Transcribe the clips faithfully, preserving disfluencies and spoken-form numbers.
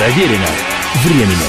Проверено временем.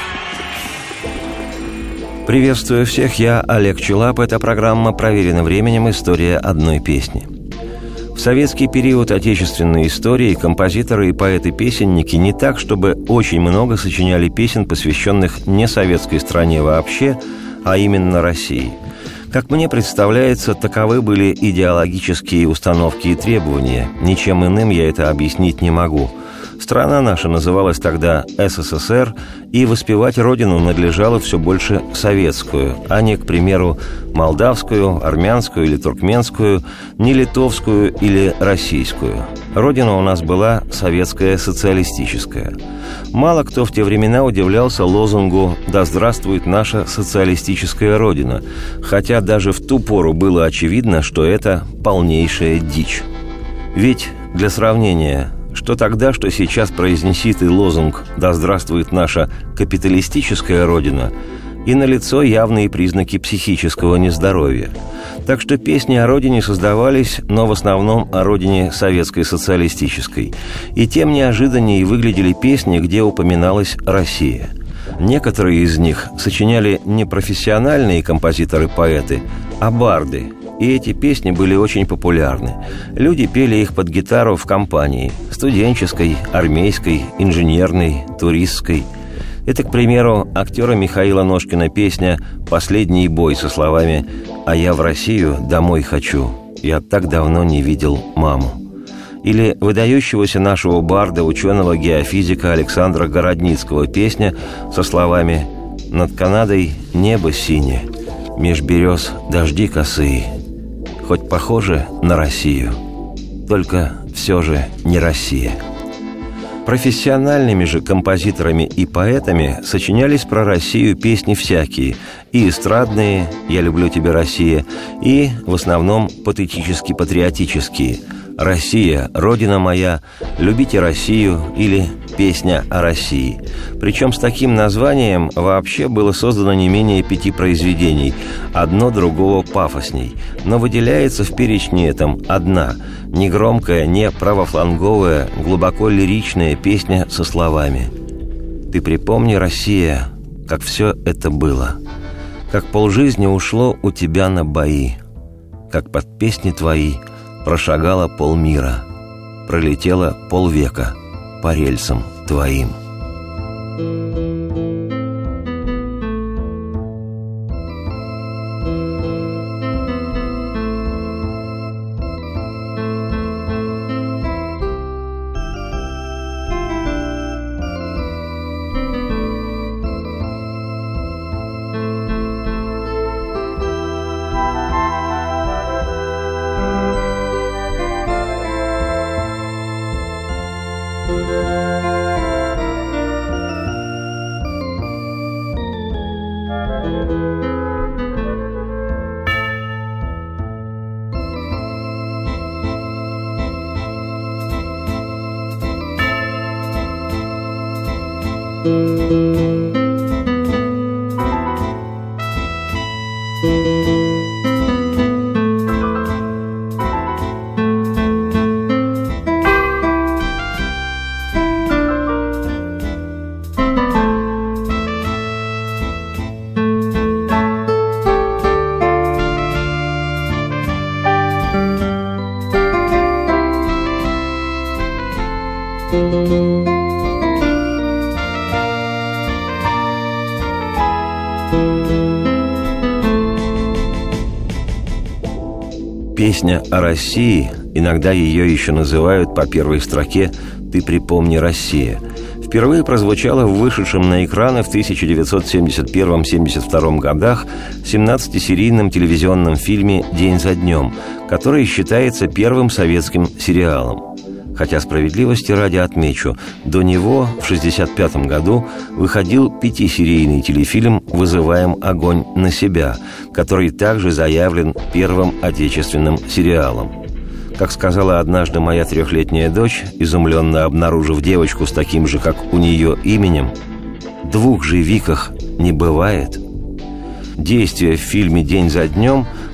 Приветствую всех, я Олег Челап. Это программа «Проверено временем. История одной песни». В советский период отечественной истории композиторы и поэты-песенники не так, чтобы очень много сочиняли песен, посвященных не советской стране вообще, а именно России. Как мне представляется, таковы были идеологические установки и требования. Ничем иным я это объяснить не могу. Страна наша называлась тогда СССР, и воспевать родину надлежало все больше советскую, а не, к примеру, молдавскую, армянскую или туркменскую, не литовскую или российскую. Родина у нас была советская социалистическая. Мало кто в те времена удивлялся лозунгу «Да здравствует наша социалистическая родина», хотя даже в ту пору было очевидно, что это полнейшая дичь. Ведь, для сравнения, что тогда, что сейчас произнеси ты лозунг «Да здравствует наша капиталистическая родина», и налицо явные признаки психического нездоровья. Так что песни о родине создавались, но в основном о родине советской социалистической. И тем неожиданнее выглядели песни, где упоминалась Россия. Некоторые из них сочиняли не профессиональные композиторы-поэты, а барды. И эти песни были очень популярны. Люди пели их под гитару в компании – студенческой, армейской, инженерной, туристской. Это, к примеру, актера Михаила Ножкина песня «Последний бой» со словами «А я в Россию домой хочу, я так давно не видел маму». Или выдающегося нашего барда, ученого-геофизика Александра Городницкого песня со словами «Над Канадой небо синее, меж берез дожди косые». Хоть похоже на Россию, только все же не Россия. Профессиональными же композиторами и поэтами сочинялись про Россию песни всякие, и эстрадные «Я люблю тебя, Россия», и, в основном, патетически-патриотические «Россия, Родина моя», «Любите Россию» или «Песня о России». Причем с таким названием вообще было создано не менее пяти произведений, одно другого пафосней. Но выделяется в перечне этом одна, негромкая, не правофланговая, глубоко лиричная песня со словами «Ты припомни, Россия, как все это было, как полжизни ушло у тебя на бои, как под песни твои прошагало полмира, пролетело полвека по рельсам твоим». Песня о России, иногда ее еще называют по первой строке «Ты припомни, Россия», впервые прозвучала в вышедшем на экраны в тысяча девятьсот семьдесят первом — семьдесят втором годах семнадцатисерийном телевизионном фильме «День за днем», который считается первым советским сериалом. Хотя справедливости ради отмечу, до него в шестьдесят пятом году выходил пятисерийный телефильм «Вызываем огонь на себя», который также заявлен первым отечественным сериалом. Как сказала однажды моя трехлетняя дочь, изумленно обнаружив девочку с таким же, как у нее, именем, «Двух же Виках не бывает». Действие в фильме «День за днем»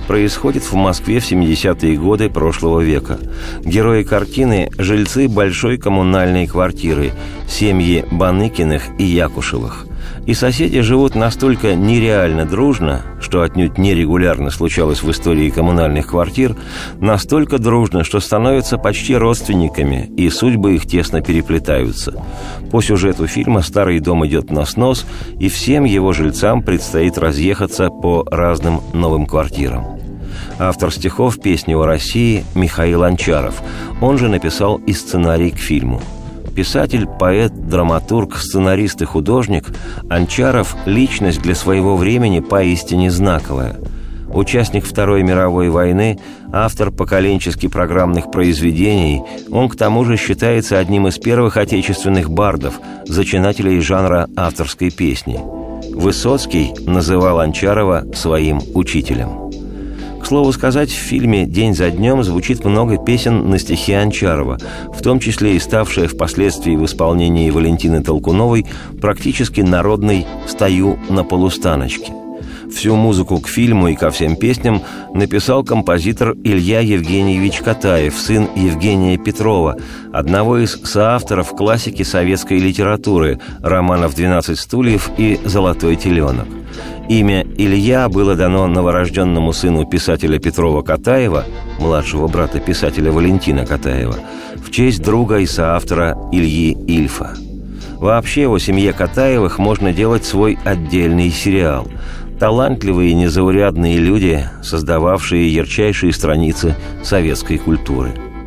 происходит в Москве в семидесятые годы прошлого века. Герои картины – жильцы большой коммунальной квартиры, семьи Баныкиных и Якушевых. И соседи живут настолько нереально дружно, что отнюдь нерегулярно случалось в истории коммунальных квартир, настолько дружно, что становятся почти родственниками, и судьбы их тесно переплетаются. По сюжету фильма старый дом идет на снос, и всем его жильцам предстоит разъехаться по разным новым квартирам. Автор стихов «Песни о России» Михаил Анчаров. Он же написал и сценарий к фильму. Писатель, поэт, драматург, сценарист и художник, Анчаров – личность для своего времени поистине знаковая. Участник Второй мировой войны, автор поколенчески программных произведений, он к тому же считается одним из первых отечественных бардов, зачинателей жанра авторской песни. Высоцкий называл Анчарова своим учителем. К слову сказать, в фильме «День за днем» звучит много песен на стихи Анчарова, в том числе и ставшая впоследствии в исполнении Валентины Толкуновой практически народной «Стою на полустаночке». Всю музыку к фильму и ко всем песням написал композитор Илья Евгеньевич Катаев, сын Евгения Петрова, одного из соавторов классики советской литературы романов «двенадцать стульев» и «Золотой теленок». Имя Илья было дано новорожденному сыну писателя Петрова Катаева, младшего брата писателя Валентина Катаева, в честь друга и соавтора Ильи Ильфа. Вообще, о семье Катаевых можно делать свой отдельный сериал. Талантливые и незаурядные люди, создававшие ярчайшие страницы советской культуры.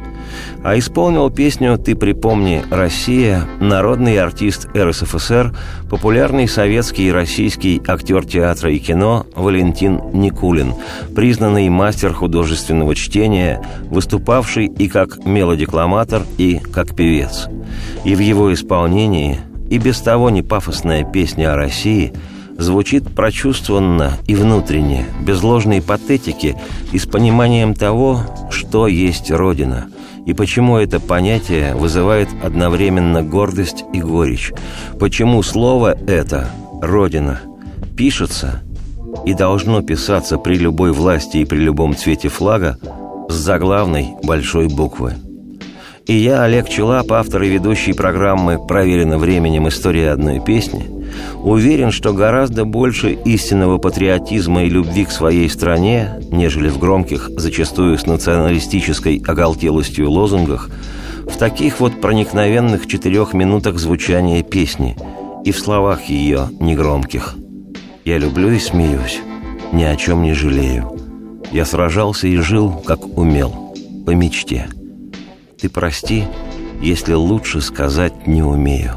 А исполнил песню «Ты припомни, Россия» народный артист эр эс эф эс эр, популярный советский и российский актер театра и кино Валентин Никулин, признанный мастер художественного чтения, выступавший и как мелодикламатор, и как певец. И в его исполнении и без того не пафосная песня о России звучит прочувствованно и внутренне, без ложной патетики и с пониманием того, что есть Родина, и почему это понятие вызывает одновременно гордость и горечь, почему слово это «Родина» пишется и должно писаться при любой власти и при любом цвете флага с заглавной большой буквы. И я, Олег Челап, автор и ведущий программы «Проверено временем. История одной песни», уверен, что гораздо больше истинного патриотизма и любви к своей стране, нежели в громких, зачастую с националистической оголтелостью лозунгах, в таких вот проникновенных четырех минутах звучания песни и в словах ее негромких. «Я люблю и смеюсь, ни о чем не жалею. Я сражался и жил, как умел, по мечте. Ты прости, если лучше сказать не умею.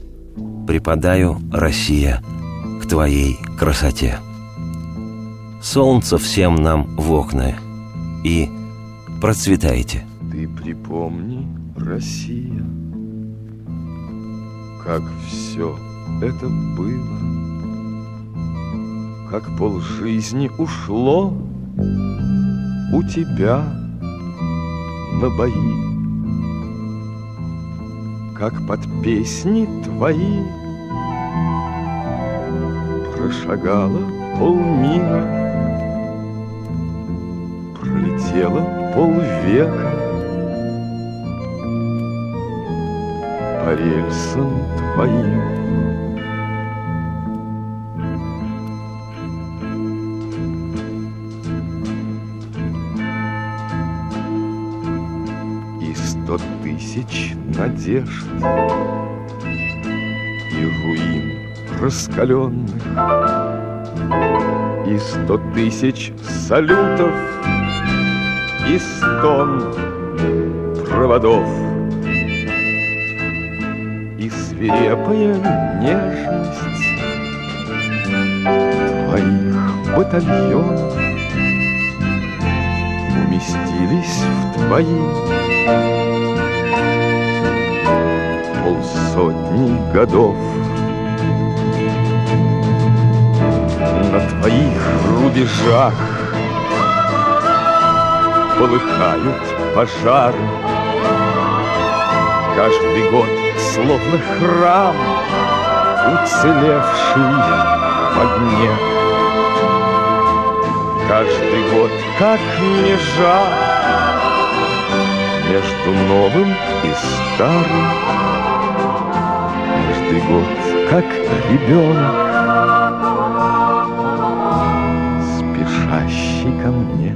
Припадаю, Россия, к твоей красоте. Солнце всем нам в окна, и процветайте». Ты припомни, Россия, как все это было, как полжизни ушло у тебя на бои, как под песни твои прошагала полмира, пролетела полвека по рельсам твоим. И сто тысяч надежд и руин раскаленных, и сто тысяч салютов и стон проводов, и свирепая нежность твоих батальонов уместились в твои полсотни годов. На твоих рубежах полыхают пожары, каждый год словно храм, уцелевший в огне. Каждый год, как мне жаль, между новым и старым. Каждый год, как ребенок, спешащий ко мне.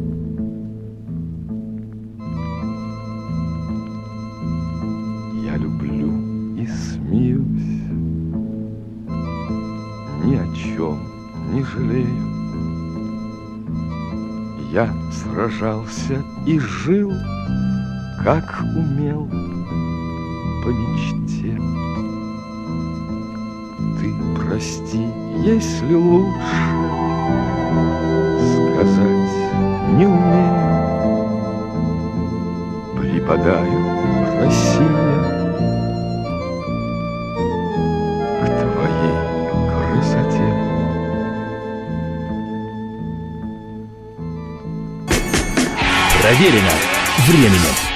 Я люблю и смеюсь, ни о чем не жалею. Я сражался и жил, как умел, по мечте. Ты прости, если лучше сказать не умею. Припадаю, Россия, к твоей красоте. Проверено временем.